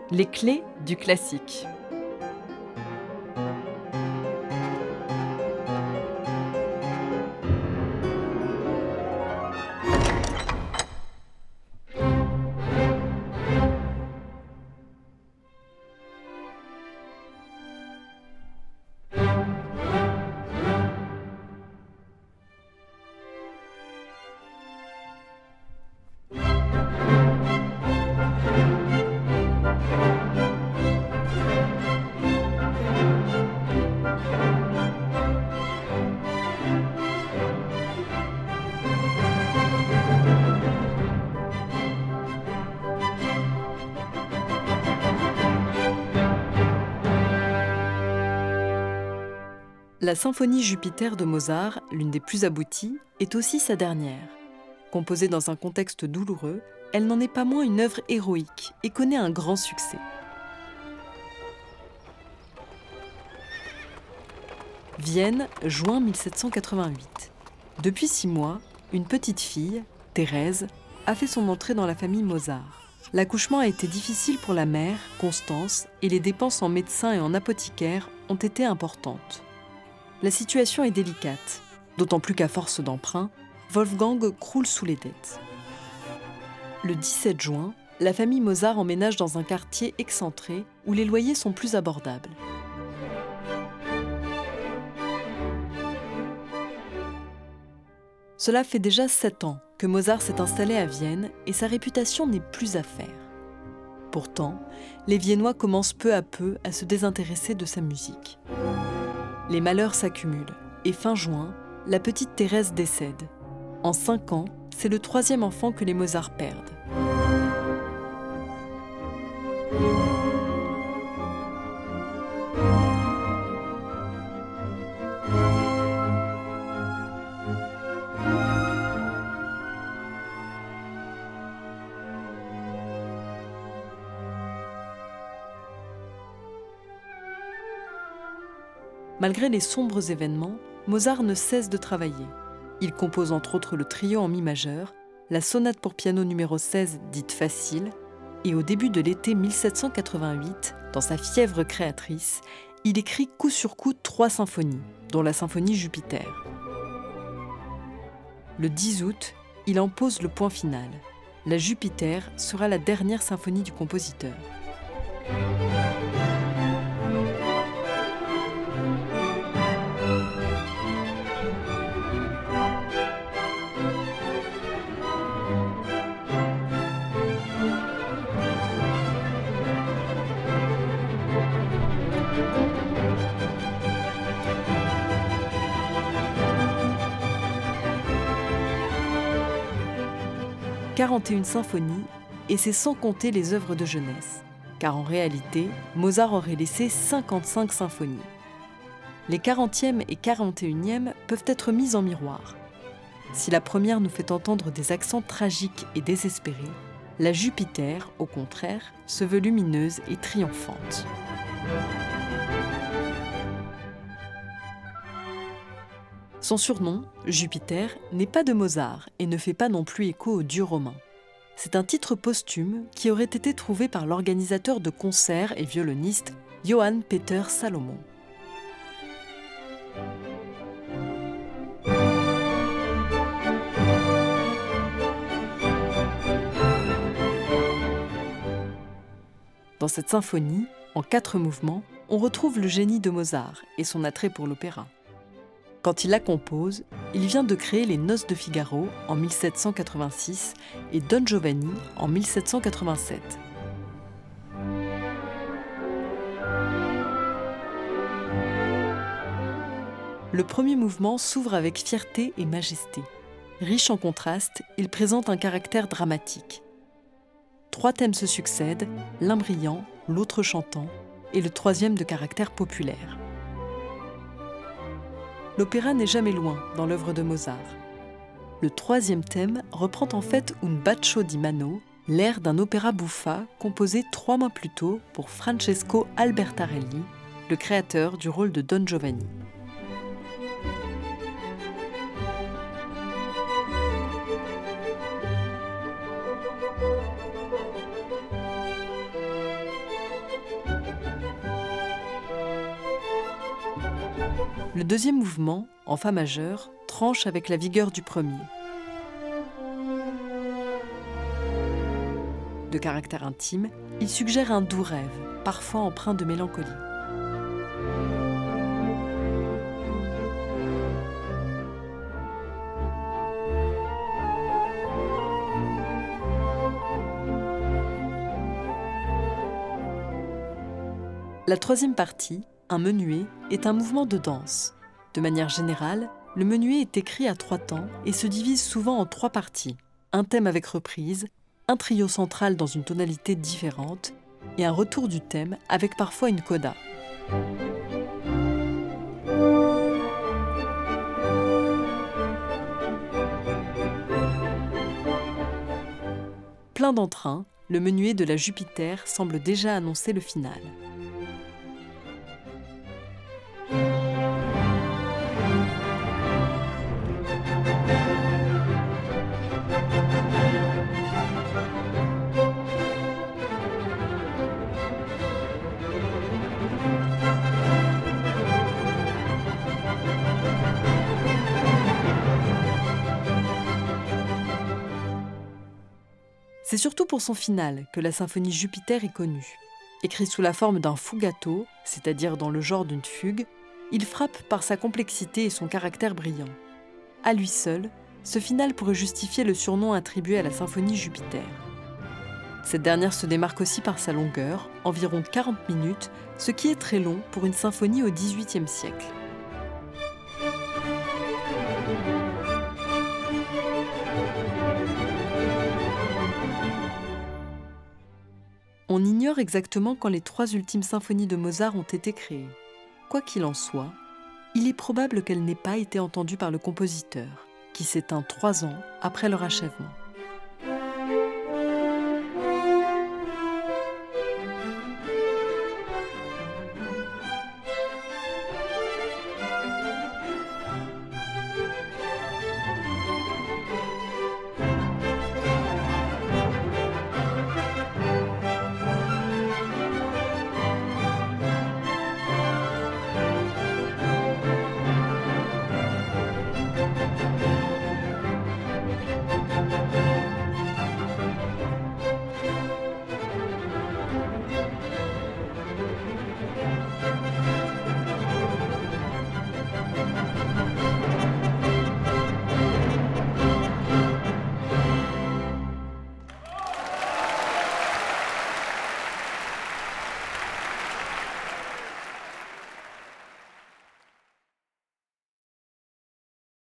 Les clés du classique. La symphonie Jupiter de Mozart, l'une des plus abouties, est aussi sa dernière. Composée dans un contexte douloureux, elle n'en est pas moins une œuvre héroïque et connaît un grand succès. Vienne, juin 1788. Depuis 6 mois, une petite fille, Thérèse, a fait son entrée dans la famille Mozart. L'accouchement a été difficile pour la mère, Constance, et les dépenses en médecins et en apothicaires ont été importantes. La situation est délicate, d'autant plus qu'à force d'emprunt, Wolfgang croule sous les dettes. Le 17 juin, la famille Mozart emménage dans un quartier excentré où les loyers sont plus abordables. Cela fait déjà 7 ans que Mozart s'est installé à Vienne et sa réputation n'est plus à faire. Pourtant, les Viennois commencent peu à peu à se désintéresser de sa musique. Les malheurs s'accumulent et fin juin, la petite Thérèse décède. En 5 ans, c'est le 3e enfant que les Mozart perdent. Malgré les sombres événements, Mozart ne cesse de travailler. Il compose entre autres le trio en mi majeur, la sonate pour piano numéro 16 dite facile, et au début de l'été 1788, dans sa fièvre créatrice, il écrit coup sur coup 3 symphonies, dont la symphonie Jupiter. Le 10 août, il en pose le point final. La Jupiter sera la dernière symphonie du compositeur. « 41 symphonies, et c'est sans compter les œuvres de jeunesse, car en réalité, Mozart aurait laissé 55 symphonies. Les 40e et 41e peuvent être mises en miroir. Si la première nous fait entendre des accents tragiques et désespérés, la Jupiter, au contraire, se veut lumineuse et triomphante. Son surnom, Jupiter, n'est pas de Mozart et ne fait pas non plus écho au dieu romain. C'est un titre posthume qui aurait été trouvé par l'organisateur de concerts et violoniste Johann Peter Salomon. Dans cette symphonie, en 4 mouvements, on retrouve le génie de Mozart et son attrait pour l'opéra. Quand il la compose, il vient de créer les Noces de Figaro en 1786 et Don Giovanni en 1787. Le premier mouvement s'ouvre avec fierté et majesté. Riche en contrastes, il présente un caractère dramatique. 3 thèmes se succèdent, l'un brillant, l'autre chantant, et le 3e de caractère populaire. L'opéra n'est jamais loin dans l'œuvre de Mozart. Le 3e thème reprend en fait Un bacio di mano, l'air d'un opéra buffa composé 3 mois plus tôt pour Francesco Albertarelli, le créateur du rôle de Don Giovanni. Le deuxième mouvement, en fa majeur, tranche avec la vigueur du premier. De caractère intime, il suggère un doux rêve, parfois empreint de mélancolie. La troisième partie, un menuet, est un mouvement de danse. De manière générale, le menuet est écrit à 3 temps et se divise souvent en 3 parties. Un thème avec reprise, un trio central dans une tonalité différente et un retour du thème avec parfois une coda. Plein d'entrain, le menuet de la Jupiter semble déjà annoncer le final. C'est surtout pour son final que la symphonie Jupiter est connue. Écrit sous la forme d'un fugato, c'est-à-dire dans le genre d'une fugue, il frappe par sa complexité et son caractère brillant. À lui seul, ce final pourrait justifier le surnom attribué à la symphonie Jupiter. Cette dernière se démarque aussi par sa longueur, environ 40 minutes, ce qui est très long pour une symphonie au XVIIIe siècle. On ignore exactement quand les 3 ultimes symphonies de Mozart ont été créées. Quoi qu'il en soit, il est probable qu'elles n'aient pas été entendues par le compositeur, qui s'éteint 3 ans après leur achèvement.